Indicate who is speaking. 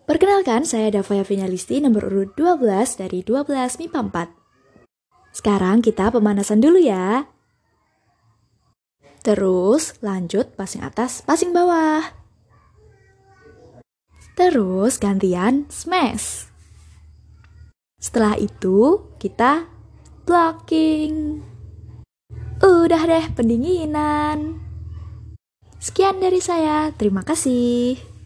Speaker 1: Perkenalkan, saya Davaya Finalisti nomor urut 12 dari 12 MIPA 4. Sekarang kita pemanasan dulu ya. Terus lanjut passing atas, passing bawah. Terus gantian smash. Setelah itu kita blocking. Udah deh pendinginan. Sekian dari saya, terima kasih.